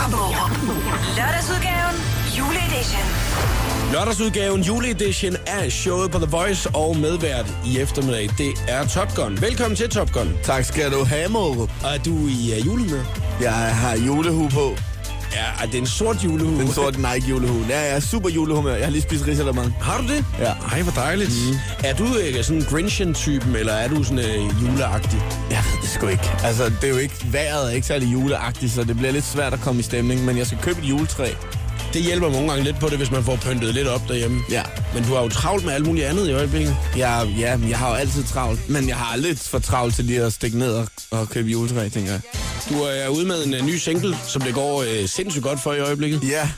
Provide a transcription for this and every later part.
Jakob Morup. Lørdagsudgaven, juleedition. Lørdagsudgaven, juleedition af showet på The Voice, og medvært i eftermiddag, det er Top Gun. Velkommen til, Top Gun. Tak skal du have, Morup. Og er du i julehumør? Jeg har julehue på. Ja, er det en sort julehue? Den sorte Nike-julehue. Ja, jeg er super julehumør. Jeg har lige spist risalemang. Har du det? Ja. Ej, hvor dejligt. Er du sådan Grinchen-typen, eller er du sådan juleagtig? Jeg ved det sgu ikke. Altså, det er jo ikke vejret, er ikke særlig juleagtigt, så det bliver lidt svært at komme i stemning. Men jeg skal købe et juletræ. Det hjælper nogle gange lidt på det, hvis man får pyntet lidt op derhjemme. Ja. Men du har jo travlt med alt muligt andet i øjeblikket. Ja, jeg har jo altid travlt. Men jeg har aldrig for travlt til lige at stikke ned og købe juletræ, tænker jeg. Du er ude med en ny single, som det går sindssygt godt for i øjeblikket. Ja.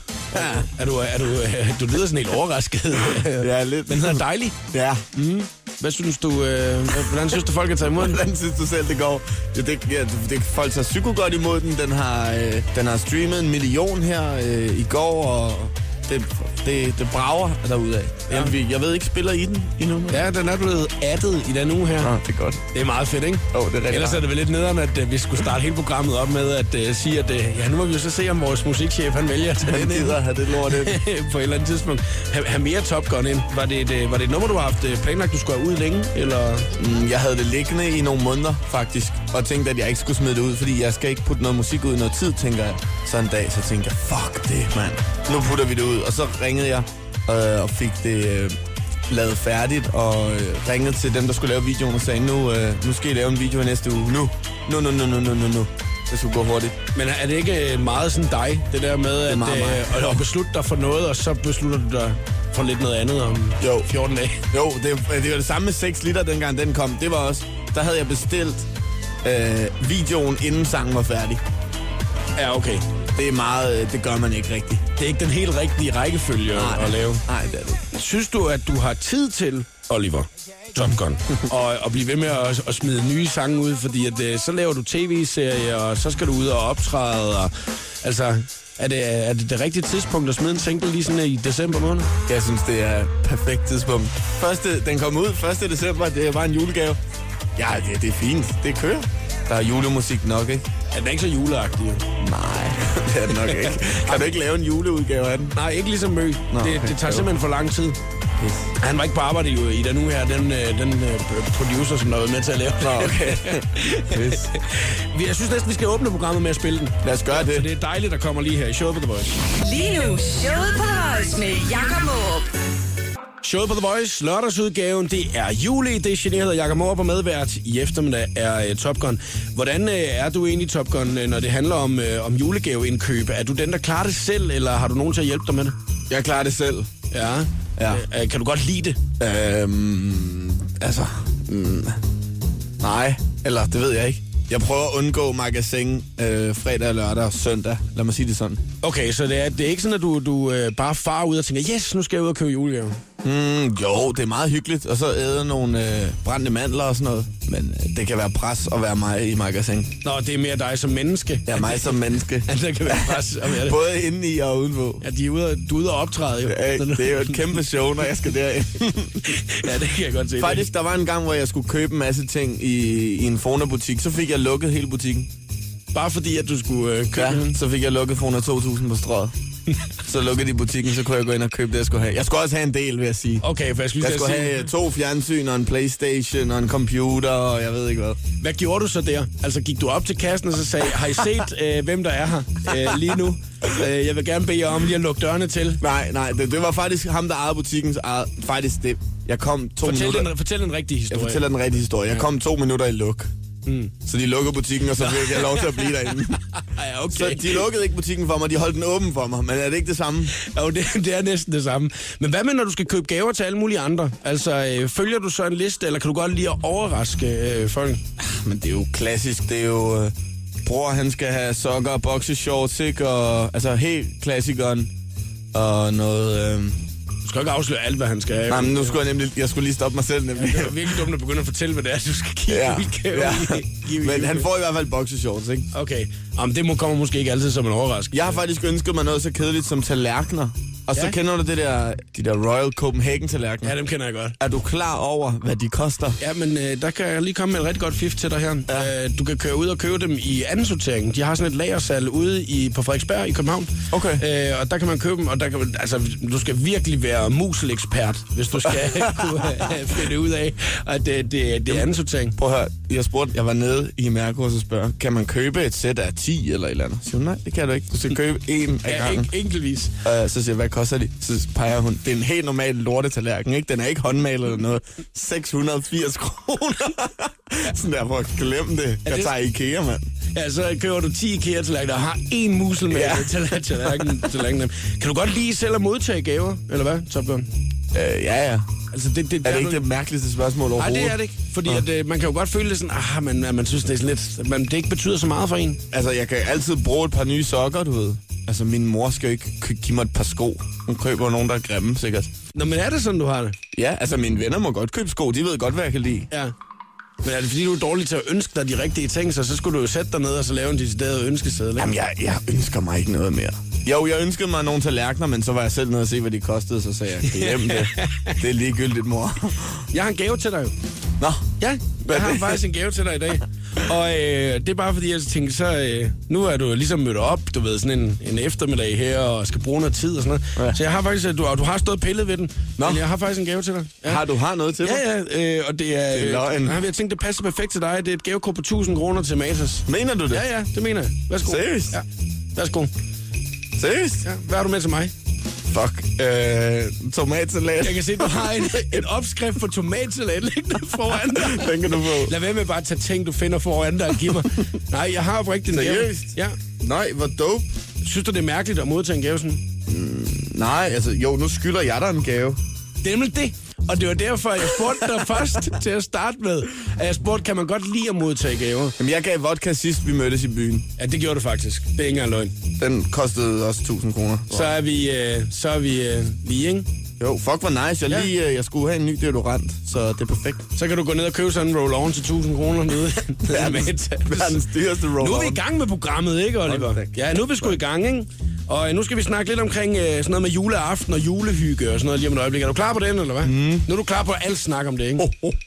Du lyder sådan helt overrasket. Ja, lidt. Men den er dejlig. Ja. Hvad synes du, hvordan synes du, folk kan tage imod den? Hvordan synes du selv, det går? Det folk tager psyko godt imod den. Den har streamet 1 million her i går, og det brager derudad. Ja. Jeg ved ikke, spiller I den endnu? Ja, den er blevet addet i den uge her. Ja, det er godt. Det er meget fedt, ikke? Det er rigtig. Ellers er det vel lidt nederen, at vi skulle starte hele programmet op med at sige, at nu må vi jo så se, om vores musikchef han vælger at tage den ind. Have det lort ind. På et eller andet tidspunkt. Have mere Top Gun ind. Var det et nummer, du har haft planlagt, du skulle have ud længe? Eller? Jeg havde det liggende i nogle måneder, faktisk. Og tænkte, at jeg ikke skulle smide det ud, fordi jeg skal ikke putte noget musik ud i noget tid, tænker jeg. Så en dag, så tænkte jeg, fuck det, mand. Nu putter vi det ud. Og så ringede jeg og fik det lavet færdigt, og ringede til dem, der skulle lave videoen, og sagde, nu skal I lave en video i næste uge. Nu. Det skulle gå hurtigt. Men er det ikke meget sådan dig, det der med at beslutte dig for noget, og så beslutter du dig for lidt noget andet om 14 dage? Jo, det var det samme med 6 liter, dengang den kom. Det var også, der havde jeg bestilt videoen, inden sangen var færdig. Ja, okay. Det er meget, det gør man ikke rigtigt. Det er ikke den helt rigtige rækkefølge at lave. Nej, det er det ikke. Synes du, at du har tid til, Oliver, Top Gun, og blive ved med at smide nye sange ud? Fordi at, så laver du tv-serier, og så skal du ud og optræde. Og, altså, er det rigtige tidspunkt at smide en single lige sådan i december måned? Jeg synes, det er et perfekt tidspunkt. Den kom ud 1. december, det var en julegave. Ja, det er fint. Det kører. Der er julemusik nok, ikke? Er den ikke så juleagtig? Nej, det er den nok ikke. Kan du ikke lave en juleudgave af den? Nej, ikke ligesom Mø. Det tager simpelthen for lang tid. Yes. Han var ikke på arbejde i den uge her, den producer, som der var med til at lave det. Okay. Yes. Jeg synes næsten, vi skal åbne programmet med at spille den. Lad os gøre det. Så det er dejligt, der kommer lige her i showet på The Voice. Lige nu, showet på The Voice med Jakob Morup. Showet på The Voice, lørdagsudgaven, det er juleedition. Jeg hedder Jakob Morup, og medvært i eftermiddag er Top Gun. Hvordan er du egentlig, Top Gun, når det handler om julegaveindkøb? Er du den, der klarer det selv, eller har du nogen til at hjælpe dig med det? Jeg klarer det selv. Ja. Kan du godt lide det? Nej, eller det ved jeg ikke. Jeg prøver at undgå magasin fredag, lørdag og søndag. Lad mig sige det sådan. Okay, så det er ikke sådan, at du bare farer ud og tænker, yes, nu skal jeg ud og købe julegave. Jo, det er meget hyggeligt. Og så æde nogle brændte mandler og sådan noget. Men det kan være pres at være mig i magasin. Nå, det er mere dig som menneske. Ja, mig som menneske. Ja, det kan være pres. Både inde i og udenpå. Ja, du er ude og optræde jo. Ja, det er jo et kæmpe show, når jeg skal derind. Ja, det kan jeg godt se. Faktisk, der var en gang, hvor jeg skulle købe en masse ting i en Fona-butik. Så fik jeg lukket hele butikken. Bare fordi, at du skulle købe den? Så fik jeg lukket Fona 2.000 på strøget. Så lukkede de butikken, så kunne jeg gå ind og købe det, jeg skulle have. Jeg skulle også have en del, vil jeg sige. Okay, for jeg skulle have 2 fjernsyn og en PlayStation og en computer, og jeg ved ikke hvad. Hvad gjorde du så der? Altså, gik du op til kassen og så sagde, har I set, hvem der er her lige nu? Jeg vil gerne bede jer om lige at lukke dørene til. Nej, det var faktisk ham, der ejede butikken. Faktisk det. Jeg kom 2 minutter. Fortæl en rigtig historie. Jeg fortæller den rigtige historie. Jeg kom 2 minutter i luk. Så de lukkede butikken, og så fik jeg lov til at blive derinde. Ja, okay. Så de lukkede ikke butikken for mig, de holdt den åben for mig. Men er det ikke det samme? Jo, det er næsten det samme. Men hvad med, når du skal købe gaver til alle mulige andre? Altså, følger du så en liste, eller kan du godt lide at overraske folk? Men det er jo klassisk. Det er jo... bror, han skal have sokker og boxershorts, ikke? Og, altså helt klassikeren. Og noget... Du skal ikke afsløre alt, hvad han skal have. Nej, men nu skulle jeg skulle lige stoppe mig selv, nemlig. Det er virkelig dumt at begynde at fortælle, hvad det er, du skal give. Men han får i hvert fald boxershorts, ikke? Okay. Jamen, det kommer måske ikke altid som en overraskelse. Jeg har faktisk ønsket mig noget så kedeligt som tallerkener. Og så kender du de der Royal Copenhagen-tallerkener. Ja, dem kender jeg godt. Er du klar over, hvad de koster? Ja, men der kan jeg lige komme med et rigtig godt fif til dig her. Ja. Du kan køre ud og købe dem i anden sortering. De har sådan et lagersalg ude på Frederiksberg i København. Okay. Og der kan man købe dem, og der kan, altså, du skal virkelig være muselekspert, hvis du skal kunne finde ud af, at det er anden sortering. Prøv at høre, jeg var nede i Mærkos og spørger, kan man købe et sæt af 10 eller et eller andet? Så siger hun, nej, det kan du ikke. Du skal købe en af gangen. Ja, enkeltvis. Så siger jeg, hvad koster de? Så peger hun, det er en helt normal lortetallerken, ikke? Den er ikke håndmalet eller noget. 680 kroner. Sådan der, for glem det. Jeg tager IKEA, mand. Ja, så køber du 10 IKEA-tallerkener og har en musel med tallerken. Kan du godt lide selv at modtage gaver, eller hvad, Top Gun? Ja. Altså, er det ikke det mærkeligste spørgsmål overhovedet? Nej, det er det ikke. Fordi at, man kan jo godt føle det sådan, man synes, det er sådan lidt, det ikke betyder så meget for en. Altså, jeg kan altid bruge et par nye sokker, du ved. Altså, min mor skal jo ikke give mig et par sko. Hun køber nogen, der er grimme, sikkert. Nå, men er det sådan, du har det? Ja, altså, mine venner må godt købe sko. De ved godt, hvad jeg kan lide. Ja. Men er det fordi, du er dårlig til at ønske dig de rigtige ting, så skulle du jo sætte dig ned og så lave en decideret ønskeseddel, ikke? Jamen, jeg ønsker mig ikke noget mere. Jo, jeg ønskede mig nogle tallerkener, men så var jeg selv nede og se, hvad de kostede, så sagde jeg, glem det. Det er ligegyldigt, mor. Jeg har en gave til dig jo. Nå? Ja, jeg har faktisk en gave til dig i dag. Og det er bare fordi, jeg tænkte, nu er du ligesom mødt op, du ved, sådan en eftermiddag her, og skal bruge noget tid og sådan noget. Ja. Så jeg har faktisk, du har stået pillet ved den, men jeg har faktisk en gave til dig. Ja. Har noget til mig? Ja, og det er... Det er løgn. Jeg tænkte, det passer perfekt til dig. Det er et gavekort på 1000 kroner til Matas. Mener du det? Ja, det mener jeg. Værsgo. Seriøst? Ja, værsgo. Seriøst? Ja, hvad har du med til mig? Fuck. Tomatsalat. Jeg kan se, du har en opskrift på tomatsalat liggende foran dig. Den kan du få. Lad være med bare at tage ting, du finder foran dig og give mig. Nej, jeg har oprigtigt en gave. Seriøst? Ja. Nej, hvor dope. Synes du, det er mærkeligt at modtage en gave sådan? Nej, altså, jo, nu skylder jeg dig en gave. Det er nemlig det. Og det var derfor, jeg spurgte dig først til at starte med. At jeg spurgte, kan man godt lide at modtage gaver? Jamen, jeg gav vodka sidst, vi mødtes i byen. Ja, det gjorde du faktisk. Det er ikke engang løgn. Den kostede også 1000 kroner. Så er vi lige, ikke? Jo, fuck, hvor nice. Jeg skulle have en ny deodorant, så det er perfekt. Så kan du gå ned og købe sådan en roll-on til 1000 kroner nede. Verdens dyreste roll-on. Nu er vi i gang med programmet, ikke, Oliver? Ja, nu er vi sgu i gang, ikke? Og nu skal vi snakke lidt omkring sådan noget med juleaften og julehygge og sådan noget lige om et øjeblik. Er du klar på den, eller hvad? Nu er du klar på alt snak om det, ikke?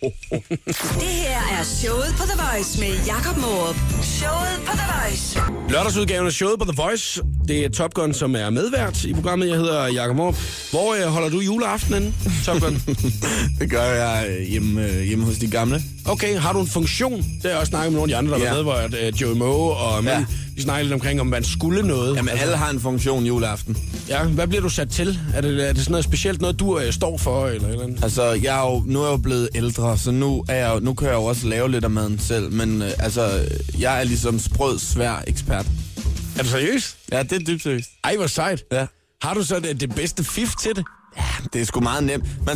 Det her er showet på The Voice med Jakob Morup. Showet på The Voice. Lørdagsudgaven af showet på The Voice. Det er Top Gun, som er medvært i programmet. Jeg hedder Jakob Morup. Hvor holder du juleaften inden, Top Gun? Det gør jeg hjemme hos de gamle. Okay, har du en funktion? Det har jeg også snakket med nogle af de andre, der var med, hvor Joey Moe og vi snakker lidt omkring, om man skulle noget. Jamen, alle har en funktion juleaften. Ja, hvad bliver du sat til? Er det sådan noget specielt, noget du står for, eller andet? Altså, nu er jeg jo blevet ældre, så nu kan jeg jo også lave lidt af maden selv. Men jeg er ligesom sprød, svær ekspert. Er du seriøs? Ja, det er dybt seriøst. Ej, hvor sejt. Ja. Har du så det bedste fif til det? Ja, det er sgu meget nemt. Man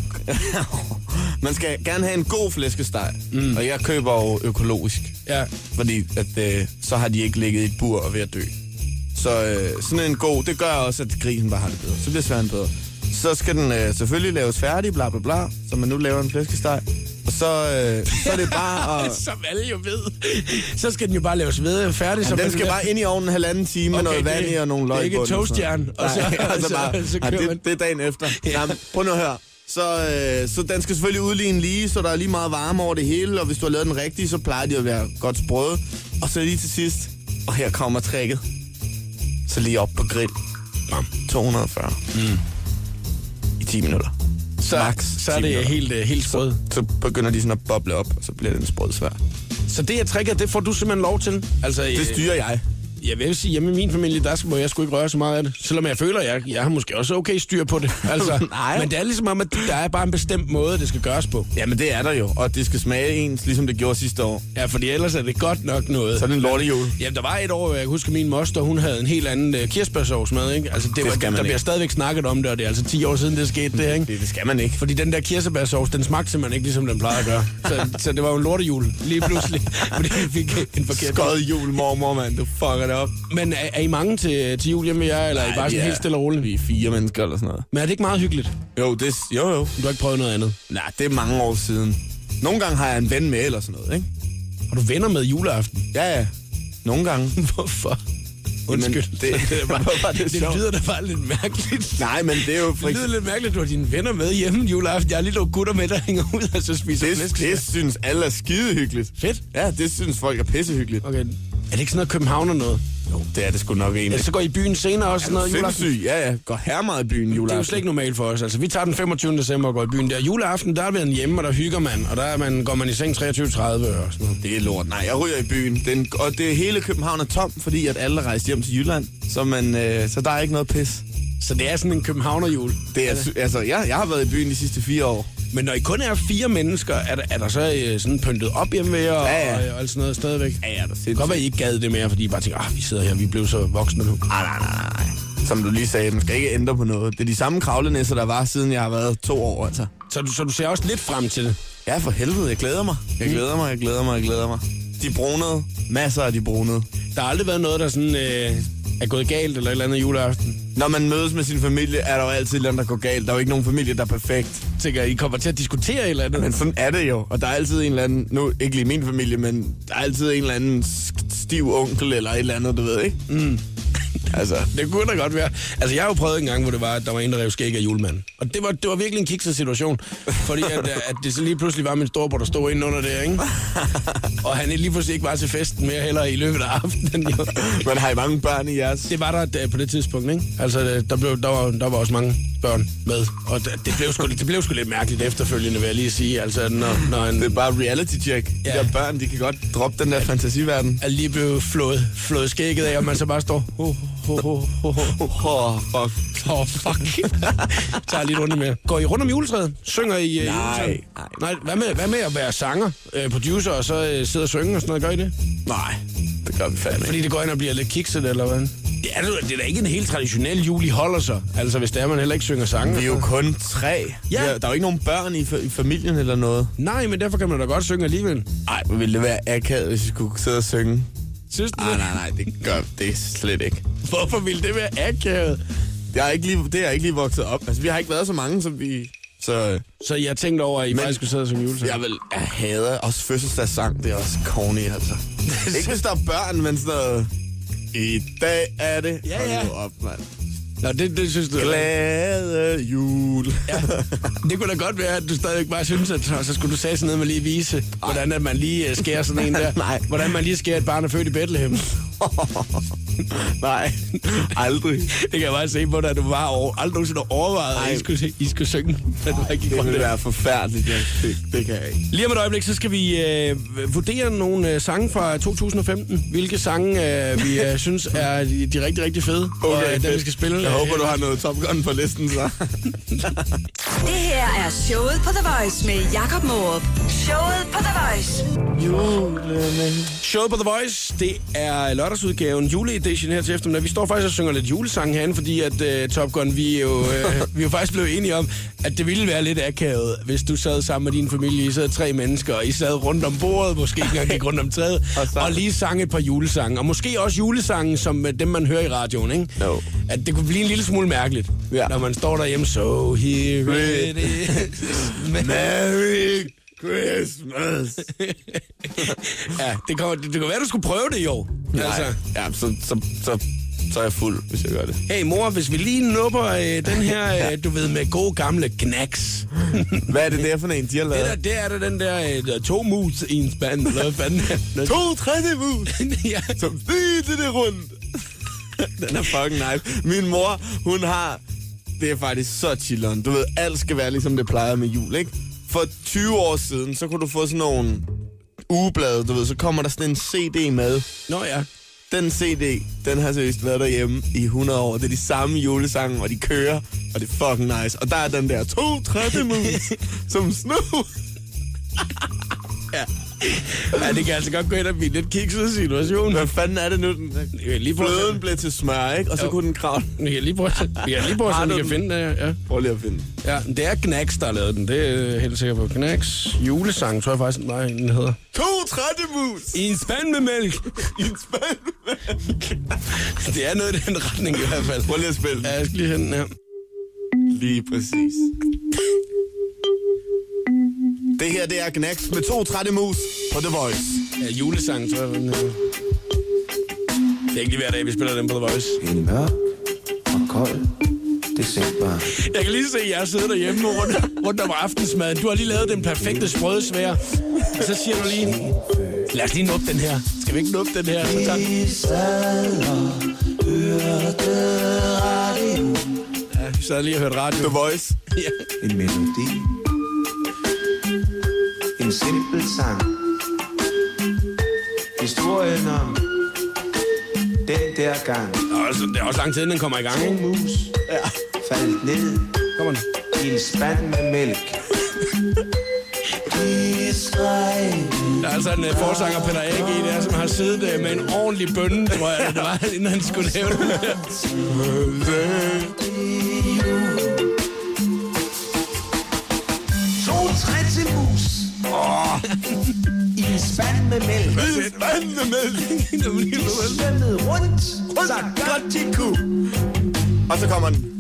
skal gerne have en god flæskesteg. Og jeg køber jo økologisk. Ja. Fordi så har de ikke ligget i et bur og ved at dø. Så sådan en god, det gør også, at grisen bare har det bedre. Så bliver sværen bedre. Så skal den selvfølgelig laves færdig, bla bla bla. Så man nu laver en flæskesteg. Og så er det bare at... Som alle jo ved. Så skal den jo bare laves ved færdig. Ja, den skal bare ind i ovnen 1,5 time med noget vand i og nogle løg. Det er ikke et toastjern. Det er dagen efter. Ja. Nej, prøv nu at høre. Så den skal selvfølgelig udligne lige, så der er lige meget varme over det hele. Og hvis du har lavet den rigtige, så plejer de at være godt sprøde. Og så lige til sidst, og her kommer tricket. Så lige op på grill. 240. I 10 minutter. Så er det helt sprød. Så begynder de sådan at boble op, og så bliver det en sprød svær. Så det, jeg trækker, det får du simpelthen lov til? Altså, det styrer jeg. Jeg vil sige, hjemme i min familie, der må jeg sgu ikke røre så meget af det. Selvom jeg føler, at jeg har måske også okay styr på det. Altså, men det er ligesom om, at der er bare en bestemt måde, det skal gøres på. Jamen det er der jo, og det skal smage ens, ligesom det gjorde sidste år. Ja, fordi ellers er det godt nok noget. Så er det en lortejul. Jamen der var et år, jeg kan huske, min moster, hun havde en helt anden kirsebærsauce med, ikke? Altså, der bliver stadigvæk snakket om det, og det er altså 10 år siden, det skete det, ikke? Det skal man ikke. Fordi den der kirsebærsauce, den smagte simpelthen ikke, ligesom den plejede at gøre. Så det var jo en lortejul, lige pludselig, fordi vi fik en forkert... Skød jul, mormor, mand. Du fucker det op. Men er I mange til jul hjemme med jer, eller er I bare sådan helt stille og roligt? Vi er 4 mennesker eller sådan noget. Men er det ikke meget hyggeligt? Jo. Du har ikke prøvet noget andet? Nej, det er mange år siden. Nogle gange har jeg en ven med eller sådan noget, ikke? Har du venner med juleaften? Ja. Nogle gange. Hvorfor? Undskyld. Det lyder da bare lidt mærkeligt. Nej, men det er jo... Det lyder lidt mærkeligt, at du har dine venner med hjemme juleaften. Jeg har lige nogle gutter med, der hænger ud og så spiser flæsk. Det synes alle er skide hyggeligt. Fedt. Ja, det synes folk er pissehyggeligt. Okay. Er det ikke sådan noget København og noget? Jo, det er det sgu nok egentlig. Ja, så går I i byen senere også sådan noget juleaften? Sindssygt, ja. Går her meget i byen juleaften. Det er jo slet ikke normalt for os. Altså, vi tager den 25. december og går i byen. Der juleaften, der er vi hjemme, og der hygger man. Og der går man i seng 23:30 og sådan noget. Det er lort. Nej, jeg ryger i byen. Og det hele København er tom, fordi at alle rejser hjem til Jylland. Så der er ikke noget pis. Så det er sådan en københavnerjul? Det er, altså, jeg har været i byen de sidste 4 år. Men når I kun er 4 mennesker, er der så sådan pyntet op hjemme ved og alt sådan noget stadigvæk? Ja, der det kan godt være, at I ikke gad det mere, fordi I bare tænker, vi sidder her, vi blev så voksne nu. Nej. Som du lige sagde, man skal ikke ændre på noget. Det er de samme kravlenæsser, der var, siden jeg har været 2 år, altså. Så du ser også lidt frem til det? Ja, for helvede. Jeg glæder mig. Jeg glæder mig. De brunede. Masser af de brunede. Der har aldrig været noget, der sådan er gået galt eller et eller andet juleaften? Når man mødes med sin familie, er der jo altid et eller andet, der går galt. Der er jo ikke nogen familie, der er perfekt. Tænker, I kommer til at diskutere et eller andet? Men sådan er det jo. Og der er altid en eller anden, nu ikke lige min familie, men der er altid en eller anden stiv onkel eller et eller andet, du ved, ikke? Mm. Altså. Det kunne da godt være. Altså, jeg har jo prøvet en gang, hvor det var, at der var en, der rev skæg af julemanden. Og det var virkelig en kikset situation. Fordi at det så lige pludselig var min storebror, der stod inde under det, ikke? Og han lige pludselig ikke var til festen mere heller i løbet af aftenen. Men har I mange børn i jeres? Det var der på det tidspunkt, ikke? Altså, der var også mange børn med. Og det blev sgu lidt mærkeligt efterfølgende, vil jeg lige sige. Altså, når det er bare reality check. Ja. De der børn, de kan godt droppe den der fantasiverden. At lige blev flået skægget af, og man så bare står... fuck. Tager lidt rundt med. Går I rundt om juletræet? Synger I juletræet? Nej. Hvad med at være sanger, producer, og så sidde og synge og sådan noget? Gør I det? Nej, det gør vi fandme. Fordi det går ind og bliver lidt kikset, eller hvad? Det er da ikke en helt traditionel jul, I holder sig. Altså, hvis det er, man heller ikke synger sange. Vi er jo kun 3. Ja. Der er jo ikke nogen børn i familien eller noget. Nej, men derfor kan man da godt synge alligevel. Nej, men ville det være akavet, hvis vi skulle sidde og synge? Synes du det? Nej, det gør det slet ikke. Hvorfor ville det være akavet? Det er ikke lige vokset op. Altså, vi har ikke været så mange, som vi... Så jeg tænkte over, at I faktisk skulle sidde som julesang? Jeg hader også fødselsdagssang. Det er også corny, altså. Ikke hvis der er børn, men sådan noget... I dag er det... Ja. Hold op, mand. Nå, det synes du... Glade jul. Ja, det kunne da godt være, at du stadigvæk bare synes, at så skulle du sige sådan noget med lige vise, hvordan at man lige skærer sådan en der. Nej. Hvordan man lige skærer et barn, der født i Bethlehem. Nej, aldrig. Det kan jeg bare se på dig, at du bare aldrig nogensinde overvejet, at I skulle synge. Det ville være forfærdeligt, ja. Det kan jeg ikke. Lige om et øjeblik, så skal vi vurdere nogle sange fra 2015. Hvilke sange vi synes er de rigtig, rigtig fede, og dem vi skal spille. Jeg håber, du har noget Top Gun på listen, så. Det her er showet på The Voice med Jakob Morup. Showet på The Voice. Showet på The Voice, det er lørdagsudgaven, juleedition her til eftermiddag. Vi står faktisk og synger lidt julesange herinde, fordi at Top Gun, vi er jo faktisk blevet enige om, at det ville være lidt akavet, hvis du sad sammen med din familie. I sad 3 mennesker, og I sad rundt om bordet, måske ikke engang gik rundt om træet, og lige sang et par julesange. Og måske også julesange, som dem man hører i radioen, ikke? No. At det kunne blive en lille smule mærkeligt, når man står derhjemme, so here it is. Merry Christmas. Ja, det kan være, du skulle prøve det i år. Nej, altså. Ja, så er jeg fuld, hvis jeg gør det. Hey mor, hvis vi lige nupper den her, du ved, med gode gamle knacks. Hvad er det der for en, de har lavet? Det er den der 2 mus i en spand. 2 tredje mus, ja. som fyldte det rundt. Den er fucking nice. Min mor, hun har... Det er faktisk så chilleren. Du ved, alt skal være ligesom det plejer med jul, ikke? For 20 år siden, så kunne du få sådan nogle ugeblade, du ved. Så kommer der sådan en CD med. Nå ja. Den CD, den har seriøst været derhjemme i 100 år. Det er de samme julesange, og de kører, og det er fucking nice. Og der er den der 2 tredje mus, som snu. Ja. Ja, det kan altså godt gå ind og blive lidt kikset situation. Hvad fanden er det nu? Fløden blev til smør, ikke? Og så kunne den kravle. Vi kan lige prøve, så vi kan finde det. Ja. Prøv lige at finde. Ja, det er Knacks, der har lavet den. Det er jeg helt sikker på. Knacks julesang, tror jeg faktisk, den hedder. 2 tredje mus! I en spand med mælk. I en spand med mælk. Det er noget i den retning i hvert fald. Prøv lige at spille den. Ja, jeg skal lige hente den her. Lige præcis. Det her, det er Knacks med 2 trætte mus på The Voice. Ja, julesang, tror jeg. er ikke lige hver dag, vi spiller dem på The Voice. En mørk og kold december. Jeg kan lige se, at jeg sidder derhjemme rundt om aftensmaden. Du har lige lavet den perfekte sprøde svær. Og så siger du lige, lad os lige nuppe den her. Skal vi ikke nuppe den her? Så tager ja, vi sad lige og hørte radio. The Voice. Ja. En melodi. En simpel sang. Historien om den der gang. Det er også lang tid, inden den kommer i gang, ikke? Mus faldt ned Kom on. i en spand med mælk. Der er altså en forsanger, Peter Æg, i det, som har siddet med en ordentlig bønne, tror jeg, det var, inden han skulle lave det. I en spand med mælk. Svømmede rundt, så godt de kunne. Og så kommer den.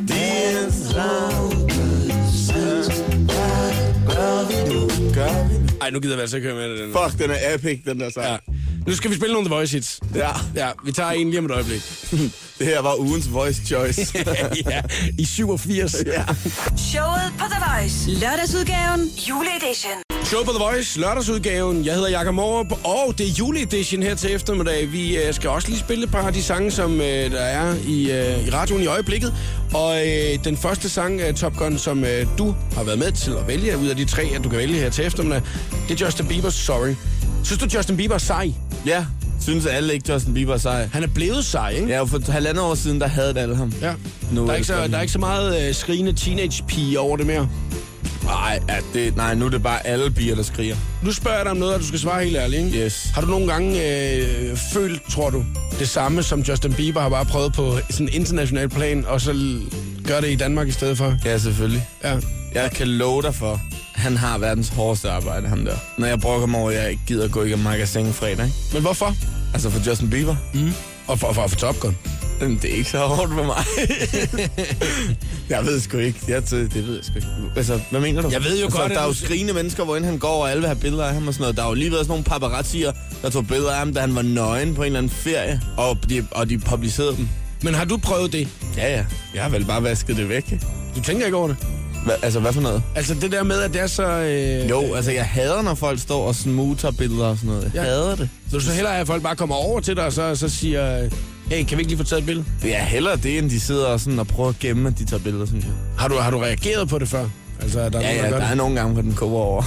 Ej, nu gider vi altså ikke høre med det. Fuck, den er epic, den der sang. Ja. Nu skal vi spille nogle The Voice hits. Ja. Vi tager en lige om et øjeblik. Det her var ugens Voice Choice. Ja, i 87. Ja. Showet på The Voice. Lørdagsudgaven. Juleedition. Show på The Voice, lørdagsudgaven. Jeg hedder Jakob Morup, og det er juleedition her til eftermiddag. Vi skal også lige spille et par af de sange, som der er i radioen i øjeblikket. Og den første sang, Top Gun, som du har været med til at vælge, ud af de 3, at du kan vælge her til eftermiddag, det er Justin Bieber's Sorry. Synes du, Justin Bieber er sej? Ja, synes alle ikke, Justin Bieber er sej. Han er blevet sej, ikke? Ja, for 1,5 år siden, der havde det alle ham. Ja. Nu Der er ikke så meget skrigende teenage-pige over det mere. Nej, nu er det bare alle piger, der skriger. Nu spørger jeg dig om noget, og du skal svare helt ærligt, ikke? Yes. Har du nogle gange følt, tror du, det samme som Justin Bieber har bare prøvet på sådan en international plan, og så gør det i Danmark i stedet for? Ja, selvfølgelig. Ja. Jeg kan love dig for, han har verdens hårdeste arbejde, ham der. Når jeg brokker mig over, at jeg ikke gider gå i magasin fredag, ikke? Men hvorfor? Altså for Justin Bieber. Og for Top Gun. Det er ikke så hårdt for mig. Jeg ved sgu ikke. Det ved jeg sgu ikke. Altså, hvad mener du? Jeg ved jo godt, der er jo skrigende mennesker, hvor han går, og alle vil have billeder af ham og sådan noget. Der har jo lige været sådan nogle paparazzier, der tog billeder af ham, da han var nøgen på en eller anden ferie, og de publicerede dem. Men har du prøvet det? Ja. Jeg har vel bare vasket det væk. Du tænker ikke over det? Hvad for noget? Altså det der med, at det er så... Jo, altså jeg hader, når folk står og smutter billeder og sådan noget. Jeg hader det. Så du så hellere, at folk bare kommer over til dig, og så siger... Hey, kan vi ikke lige få taget et billede? Det er hellere det, end de sidder og, sådan og prøver at gemme, at de tager billeder, synes jeg. Har du reageret på det før? Altså, der er nogle gange, hvor den kommer over.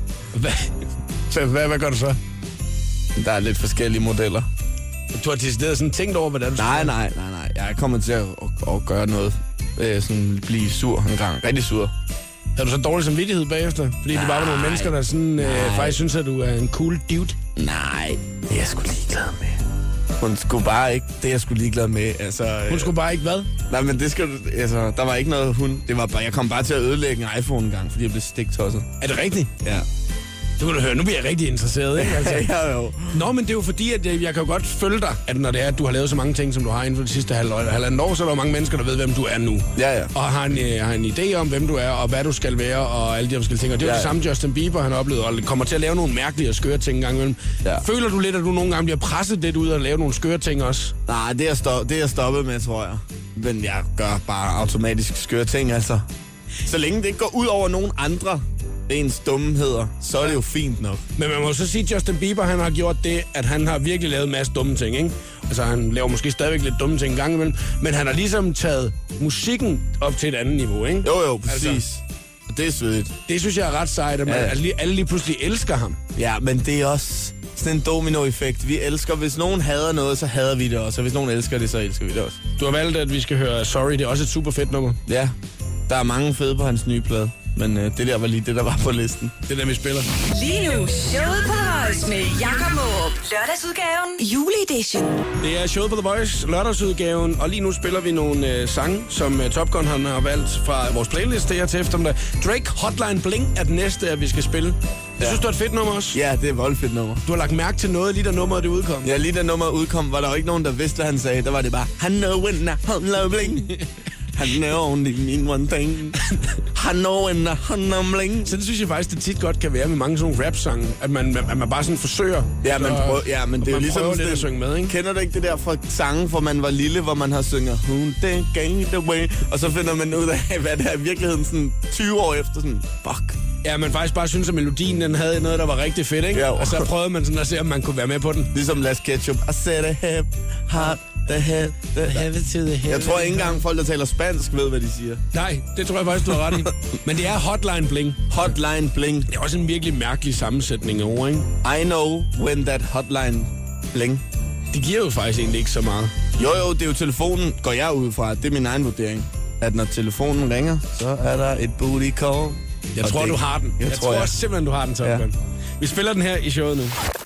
Hvad gør du så? Der er lidt forskellige modeller. Du har decideret sådan tænkt over, hvordan du Nej. Jeg er kommet til at gøre noget. Sådan blive sur en gang. Rigtig sur. Har du så dårlig samvittighed bagefter? Fordi det bare var nogle mennesker, der sådan, faktisk synes, at du er en cool dude? Nej, det er jeg sgu ligeglad med. Hun skulle bare ikke, det er jeg sgu ligeglad med. Altså, hun skulle bare ikke hvad? Nej, men det skal du, altså, der var ikke noget hun. Det var bare, jeg kom bare til at ødelægge en iPhone en gang, fordi jeg blev stiktosset. Er det rigtigt? Ja. Du kan du høre, nu bliver jeg rigtig interesseret, ikke? Altså. Ja, jo. Nå, men det er jo fordi, at jeg kan jo godt følge dig, at når det er, at du har lavet så mange ting, som du har inden for de sidste halvandet år, så er der jo mange mennesker, der ved, hvem du er nu. Ja. Og har en idé om, hvem du er, og hvad du skal være, og alle de forskellige ting. Og det er jo det samme Justin Bieber, han har oplevet, og kommer til at lave nogle mærkelige og skøre ting en gang imellem. Ja. Føler du lidt, at du nogle gange bliver presset lidt ud og lave nogle skøre ting også? Nej, det er jeg stoppet med, tror jeg. Men jeg gør bare automatisk skøre ting, altså. Så længe det ikke går ud over nogen andre ens dumheder, så er det jo fint nok. Men man må så sige, at Justin Bieber, han har gjort det, at han har virkelig lavet en masse dumme ting, ikke? Altså, han laver måske stadigvæk lidt dumme ting en gang imellem, men han har ligesom taget musikken op til et andet niveau, ikke? Jo, præcis. Altså, det er svedigt. Det synes jeg er ret sejt, at alle lige pludselig elsker ham. Ja, men det er også sådan en dominoeffekt. Vi elsker, hvis nogen hader noget, så hader vi det også, og hvis nogen elsker det, så elsker vi det også. Du har valgt, at vi skal høre Sorry, det er også et super fedt nummer. Ja, der er mange fede på hans nye plade. Men det der var lige det, der var på listen. Det der, vi spiller. Lige nu, showet på The Voice med Jakob Morup. Lørdagsudgaven, juleedition. Det er showet på The Voice, lørdagsudgaven. Og lige nu spiller vi nogle sange, som Top Gun han har valgt fra vores playlist her til eftermiddag. Drake Hotline Bling er den næste, at vi skal spille. Jeg synes, det er et fedt nummer også. Ja, det er et voldfedt nummer. Du har lagt mærke til noget, lige da nummeret det udkom. Ja, lige da nummeret udkom, var der jo ikke nogen, der vidste, hvad han sagde. Der var det bare, han know when hotline bling. Han know only mean one thing. Han know and han omling. Så det synes jeg faktisk, det tit godt kan være med mange sådan nogle rap-sange, at man bare sådan forsøger. Ja, men det er jo ligesom lidt at synge med, ikke? Kender du ikke det der fra sange, hvor man var lille, hvor man har synget Hun den gang the way, og så finder man ud af, hvad det er i virkeligheden sådan 20 år efter, sådan fuck. Ja, man faktisk bare synes, at melodien den havde noget, der var rigtig fedt, ikke? Ja, og så prøvede man sådan at se, om man kunne være med på den. Ligesom Last Ketchup. I said a hip, hot, the head, the head to the head. Jeg tror ikke engang folk, der taler spansk, ved, hvad de siger. Nej, det tror jeg faktisk, du har ret i. Men det er Hotline Bling. Hotline Bling. Det er også en virkelig mærkelig sammensætning af ord, ikke? I know when that hotline bling. Det giver jo faktisk egentlig ikke så meget. Jo, det er jo telefonen, går jeg ud fra. Det er min egen vurdering. At når telefonen ringer, så er der et booty call. Jeg tror, du har den. Jeg tror simpelthen, du har den, Top Gun. Vi spiller den her i showet nu.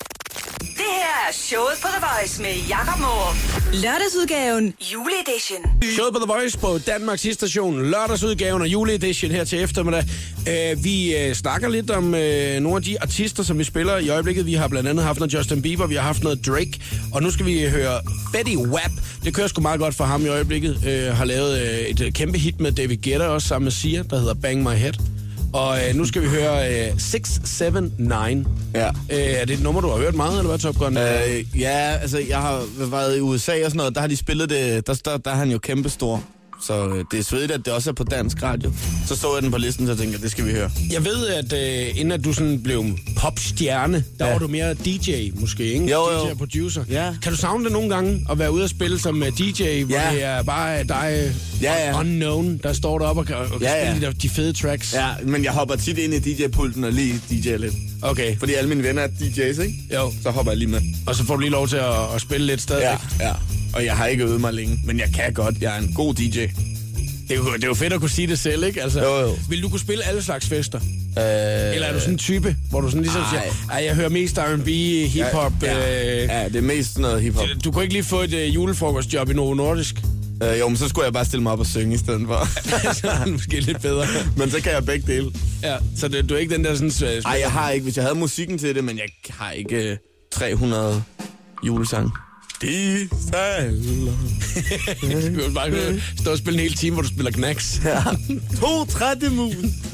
Det her er showet på The Voice med Jakob Morup. Lørdagsudgaven juleedition. Showet på The Voice på Danmarks station. Lørdagsudgaven og juleedition her til eftermiddag. Vi snakker lidt om nogle af de artister, som vi spiller i øjeblikket. Vi har blandt andet haft noget Justin Bieber, vi har haft noget Drake. Og nu skal vi høre Fetty Wap. Det kører sgu meget godt for ham i øjeblikket. Har lavet et kæmpe hit med David Guetta, også sammen med Sia, der hedder Bang My Head. Og nu skal vi høre 679. Ja. Er det et nummer, du har hørt meget, eller hvad, Top Gun? Ja, altså, jeg har været i USA og sådan noget, der har de spillet det, der er han jo kæmpestor. Så det er svedigt, at det også er på dansk radio. Så så jeg den på listen, så jeg tænker, det skal vi høre. Jeg ved, at inden at du sådan blev popstjerne, der var du mere DJ måske, ikke? Jo. DJ og producer. Ja. Kan du savne det nogle gange at være ude og spille som DJ, hvor det er bare dig unknown, der står deroppe og kan spille de fede tracks? Ja, men jeg hopper tit ind i DJ-pulten og lige DJ'er lidt. Okay. Fordi alle mine venner er DJ's, ikke? Jo. Så hopper jeg lige med. Og så får du lige lov til at spille lidt stadigvæk. Ja. Og jeg har ikke øvet mig længe, men jeg kan godt. Jeg er en god DJ. Det er jo fedt at kunne sige det selv, ikke? Altså, jo. Vil du kunne spille alle slags fester? Eller er du sådan en type, hvor du sådan ligesom siger, jeg hører mest R&B, hiphop? Ja, det er mest noget hiphop. Du kunne ikke lige få et julefrokostjob i Novo Nordisk? Jo, men så skulle jeg bare stille mig op og synge i stedet for. Så er det måske lidt bedre. Men så kan jeg begge dele. Ja, så du er ikke den der sådan... Nej, jeg har ikke. Hvis jeg havde musikken til det, men jeg har ikke 300 julesange. De sejler. Du kan bare stå og spille en hel time, hvor du spiller knacks. Ja. 2 trættemus.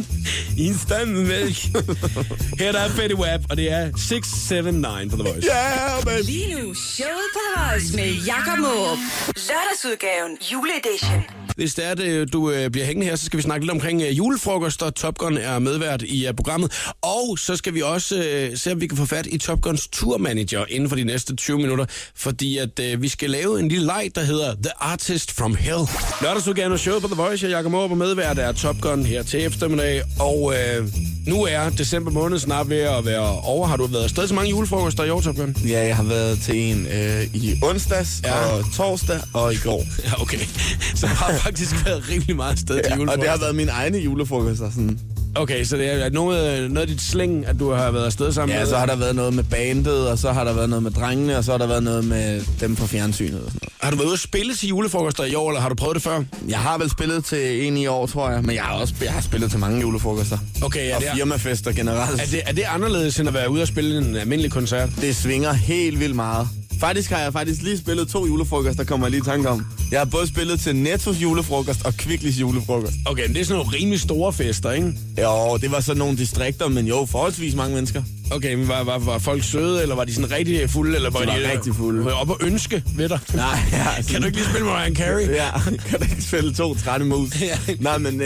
I en standmælk. Her der er Fetty Wap, og det er 679 på The Voice. Ja, man. Lige nu, showet på The Voice med Jakob Morup. Lørdagsudgaven juleedition. Hvis det er det, du bliver hængende her, så skal vi snakke lidt omkring julefrokost, og Top Gun er medvært i programmet. Og så skal vi også se, om vi kan få fat i Top Guns turmanager inden for de næste 20 minutter, fordi at vi skal lave en lille leg, der hedder The Artist from Hell. Lørdagsudgaven af showet på The Voice, og Jakob Morup og medvært er Top Gun her til eftermiddag. Og nu er december måned snart ved at være over. Har du været afsted til mange julefrokoster i år, Top Gun? Ja, jeg har været til en i onsdags og torsdag og i går. Ja, okay. Så har faktisk været rimelig meget sted til julefrokoster. Og det har været mine egne julefrokoster. Sådan. Okay, så det er noget af dit slæng, at du har været afsted sammen med? Ja, så har der været noget med bandet, og så har der været noget med drengene, og så har der været noget med dem fra fjernsynet og sådan noget. Har du været ude at spille til julefrokoster i år, eller har du prøvet det før? Jeg har vel spillet til en i år, tror jeg, men jeg har spillet til mange julefrokoster. Okay, og firmafester generelt. Er det anderledes end at være ude og spille en almindelig koncert? Det svinger helt vildt meget. Faktisk har jeg lige spillet 2 julefrokoster, kommer jeg lige i tanke om. Jeg har både spillet til Nettos julefrokost og Kvicklis julefrokost. Okay, men det er sådan nogle rimelig store fester, ikke? Jo, det var sådan nogle distrikter, men jo, forholdsvis mange mennesker. Okay, men var folk søde, eller var de sådan rigtig fulde? Eller var de rigtig fulde. Var op og ønske ved dig? Nej, ja. Kan du ikke lige spille Mariah Carey? Ja, kan du ikke spille 2 trætte mus? Ja. Nej, men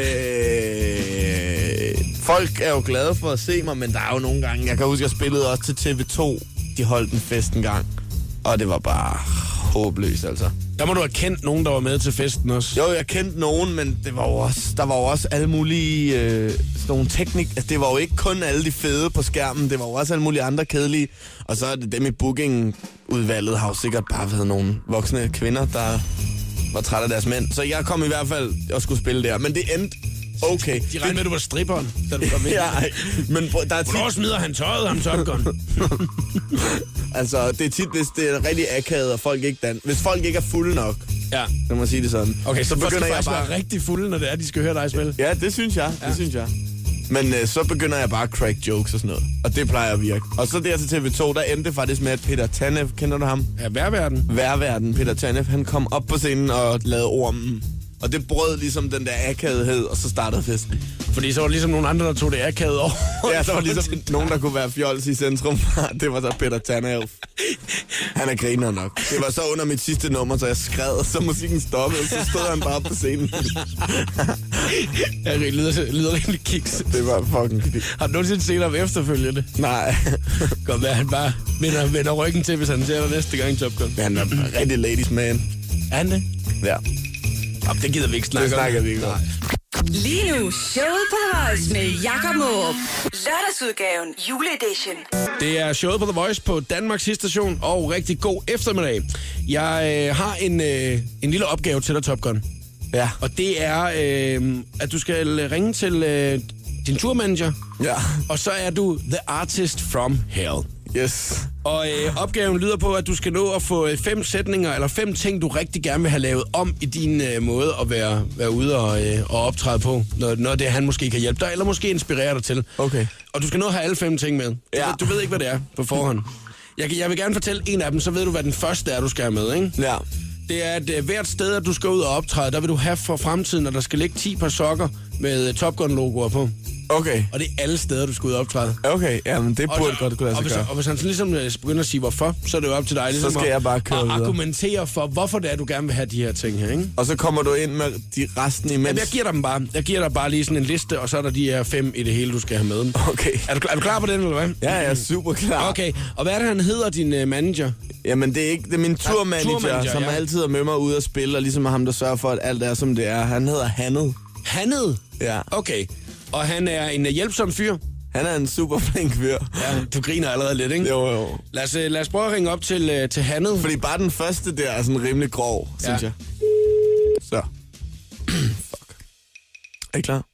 folk er jo glade for at se mig, men der er jo nogle gange... Jeg kan huske, jeg spillede også til TV2. De holdt en fest en gang. Og det var bare håbløst, altså. Der må du have kendt nogen, der var med til festen også. Jo, jeg kendte nogen, men det var jo også, der var jo også alle mulige sådan nogle teknik. Altså, det var jo ikke kun alle de fede på skærmen, det var jo også alle mulige andre kedelige. Og så er det dem i bookingudvalget har jo sikkert bare været nogle voksne kvinder, der var trætte af deres mænd. Så jeg kom i hvert fald og skulle spille der, men det endte okay. De regnede med, at du var stripperen, da du kom ind. Ja, men der er tit... Hvornår smider han tøjet, ham Top Gun? Altså, det er tit, hvis det er rigtig akavet, og folk ikke hvis folk ikke er fulde nok, så må man sige det sådan. Okay, så begynder jeg bare være rigtig fulde, når det er, de skal høre dig spille? Ja, det synes jeg. Det synes jeg. Men så begynder jeg bare at crack jokes og sådan noget. Og det plejer at virke. Og så der til TV2, der endte faktisk med, at Peter Tanev, kender du ham? Ja, Vejrværten. Vejrværten, Peter Tanev, han kom op på scenen og lavede ormen. Og det brød ligesom den der akavighed, og så startede festen. Fordi så var der ligesom nogle andre, der tog det akavet over. Ja, så var ligesom nogen, der kunne være fjols i centrum. Det var så Peter Tannehill. Han er griner nok. Det var så under mit sidste nummer, så jeg skred, og så musikken stoppede, og så stod han bare på scenen. Jeg lyder rigtig kiks. Det var fucking kiks. Har du nogensinde set ham efterfølgende? Nej. Godt være, han bare vender ryggen til, hvis han ser dig næste gang i Top Gun. Han er en rigtig ladies man. Er han det? Ja. Jamen, det gider vi ikke snakke om. Det snakker vi ikke om. Lige nu, showet på The Voice med Jakob Mårup. Lørdagsudgaven, juleedition. Det er showet på The Voice på Danmarks station, og rigtig god eftermiddag. Jeg har en lille opgave til dig, Top Gun. Ja. Og det er, at du skal ringe til din turmanager. Ja. Og så er du the artist from hell. Yes. Og opgaven lyder på, at du skal nå at få 5 sætninger, eller 5 ting, du rigtig gerne vil have lavet om i din måde at være ude og optræde på. Noget af det, han måske kan hjælpe dig, eller måske inspirere dig til. Okay. Og du skal nå at have alle 5 ting med. Ja. Du ved ikke, hvad det er på forhånd. Jeg vil gerne fortælle en af dem, så ved du, hvad den første er, du skal have med, ikke? Ja. Det er, at hvert sted, at du skal ud og optræde, der vil du have for fremtiden, at der skal ligge 10 par sokker med Top Gun-logoer på. Okay. Og det er alle steder, du skal ud og optræde. Okay, jamen det burde godt kunne lade sig gøre. Og hvis han sådan ligesom begynder at sige, hvorfor, så er det jo op til dig. Ligesom så skal jeg bare køre videre. Og argumentere for, hvorfor det er, du gerne vil have de her ting her, ikke? Og så kommer du ind med de resten imens. Jamen, jeg giver dig dem bare. Jeg giver dig bare lige sådan en liste, og så er der de her 5 i det hele, du skal have med. Okay. Er du klar på den, eller hvad? Ja, jeg er super klar. Okay, og hvad er det, han hedder, din manager? Jamen, det er min turmanager, som ja. altid er med mig ude at spille, og ligesom er ham, der sørger for, at alt er, som det er. Han hedder Hannet. Hannet? Ja. Okay. Og han er en hjælpsom fyr? Han er en super flink fyr. Ja, du griner allerede lidt, ikke? Jo. Lad os prøve at ringe op til Hannet. Fordi bare den første der er sådan rimelig grov, synes jeg. Så. Fuck. Er I klar?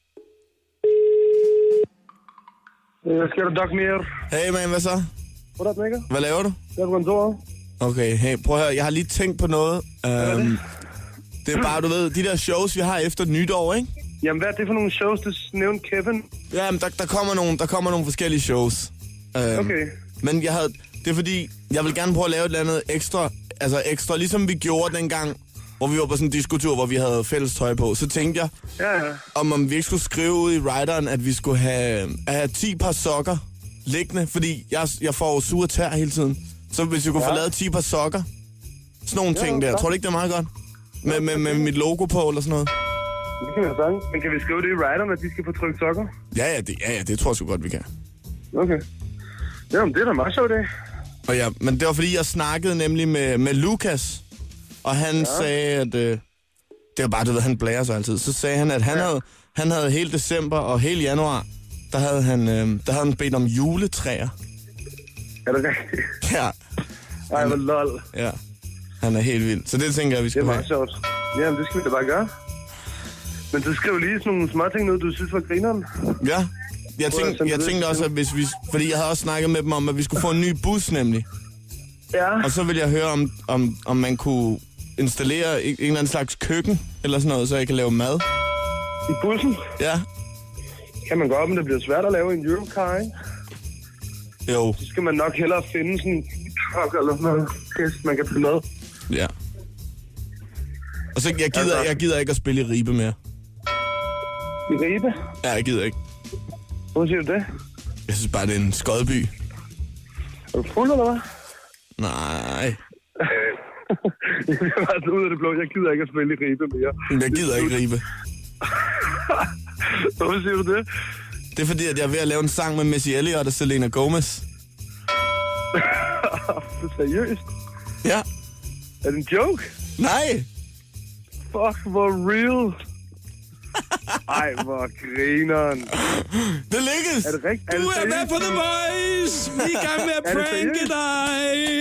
Hvad sker der, Doc Mir? Hey man, hvad så? Hvordan, Mika? Hvad laver du? Jeg er på kontoret. Okay, hey, prøv at høre, jeg har lige tænkt på noget. Det er bare, du ved, de der shows, vi har efter nytår, ikke? Jamen, hvad er det for nogle shows, du nævnte, Kevin? Jamen, der kommer nogle forskellige shows. Okay. Men det er fordi, jeg vil gerne prøve at lave et eller andet ekstra, ligesom vi gjorde dengang, hvor vi var på sådan en diskotur, hvor vi havde fælles tøj på. Så tænkte jeg, om vi ikke skulle skrive ud i writeren, at vi skulle have 10 par sokker liggende, fordi jeg får jo sure tær hele tiden. Så hvis vi kunne få lavet 10 par sokker, sådan nogle ting der. Tror du ikke, det er meget godt? Med mit logo på eller sådan noget? Det kan jeg sige. Men kan vi skrive det i writeren, at de skal få trykt sokker? Ja, det tror jeg sgu godt, vi kan. Okay. Jamen, det er da meget sjovt, det. Og ja, men det var fordi, jeg snakkede nemlig med Lukas, og han sagde, at det var bare, du ved, han blærer sig altid. Så sagde han, at han havde hele december og hele januar, der havde han bedt om juletræer. Er det rigtigt? Ja. Ej, hvor lol. Ja, han er helt vild. Så det tænker jeg, vi skal have. Det er meget sjovt. Jamen, det skal vi da bare gøre. Men så skriv lige sådan nogle små ting, noget du synes var grineren. Ja. Jeg tænkte også, at hvis vi... Fordi jeg havde også snakket med dem om, at vi skulle få en ny bus, nemlig. Ja. Og så ville jeg høre, om man kunne installere en eller anden slags køkken, eller sådan noget, så jeg kan lave mad. I bussen? Ja. Kan man godt, men det bliver svært at lave en Eurocar, ikke? Jo. Så skal man nok hellere finde sådan en truck eller sådan noget pist, man kan blive med. Ja. Og så jeg gider ikke at spille i Ribe mere. I Ribe? Ja, jeg gider ikke. Hvor siger du det? Jeg synes bare, det er en skodby. Er du fuld, eller hvad? Nej. Jeg er bare ud af det blå. Jeg gider ikke at spille i Ribe mere. Jeg gider ikke Ribe. Hvorfor siger du det? Det er fordi, at jeg er ved at lave en sang med Missy Elliott og Selena Gomez. Det er seriøst? Ja. Er det en joke? Nej. Fuck, hvor real. Ej, hvor grineren. Det lykkes. Er det rigtigt? Du er med på The Voice. Vi er i gang med at pranke dig.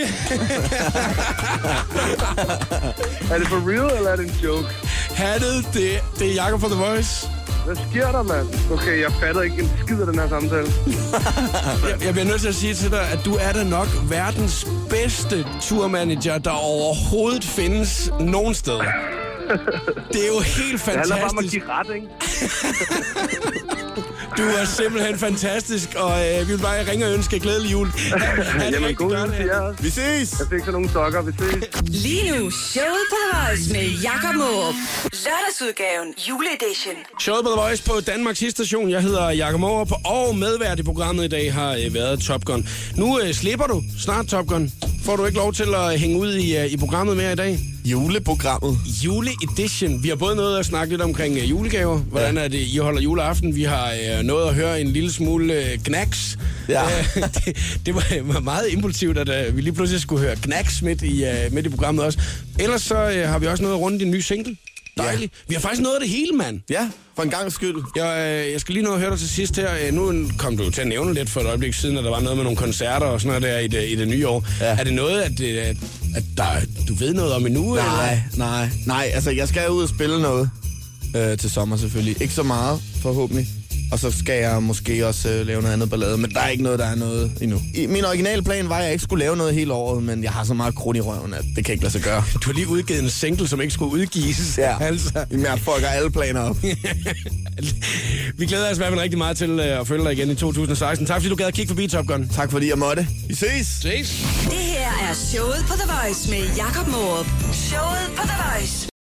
Er det for real, eller er det en joke? Hattet, det er Jakob fra The Voice. Hvad sker der, mand? Okay, jeg fatter ikke en skid af den her samtale. Jeg bliver nødt til at sige til dig, at du er da nok verdens bedste turmanager, der overhovedet findes nogen steder. Det er jo helt fantastisk. Det handler bare om at give ret, ikke? Du er simpelthen fantastisk, og vi vil bare ringe og ønske glædelig jul. Jamen, god jul til jer også. Vi ses! Jeg fik så nogle sokker, vi ses. Lige nu, showet på The Voice med Jakob Mårup. Lørdagsudgaven, juleedition. Showet på The Voice på Danmarks station. Jeg hedder Jakob Mårup, og medvært i programmet i dag har været Top Gun. Nu slipper du snart Top Gun. Får du ikke lov til at hænge ud i programmet mere i dag? Juleprogrammet. Juleedition. Vi har både noget at snakke lidt omkring julegaver. Hvordan er det, I holder juleaften? Vi har nået at høre en lille smule knacks. Ja. Det var meget impulsivt, at vi lige pludselig skulle høre knacks midt i programmet også. Ellers så har vi også noget rundt i en ny single. Dejligt. Ja. Vi har faktisk noget af det hele, mand. Ja, for en gang skyld. Jeg skal lige nå at høre dig til sidst her. Nu kom du til at nævne lidt for et øjeblik siden, at der var noget med nogle koncerter og sådan noget der i det nye år. Ja. Er det noget, at du ved noget om endnu? Nej. Altså, jeg skal ud og spille noget til sommer selvfølgelig. Ikke så meget, forhåbentlig. Og så skal jeg måske også lave noget andet ballade, men der er ikke noget, der er noget endnu. Min originale plan var, at jeg ikke skulle lave noget hele året, men jeg har så meget krudt i røven, at det kan ikke lade sig gøre. Du har lige udgivet en single, som ikke skulle udgives. Ja, altså. Jeg fucker alle planer op. Vi glæder os i hvert fald rigtig meget til at følge dig igen i 2016. Tak fordi du gad at kigge forbi, Top Gun. Tak fordi jeg måtte. Vi ses! Det her er showet på The Voice med Jakob Mårup. Showet på The Voice.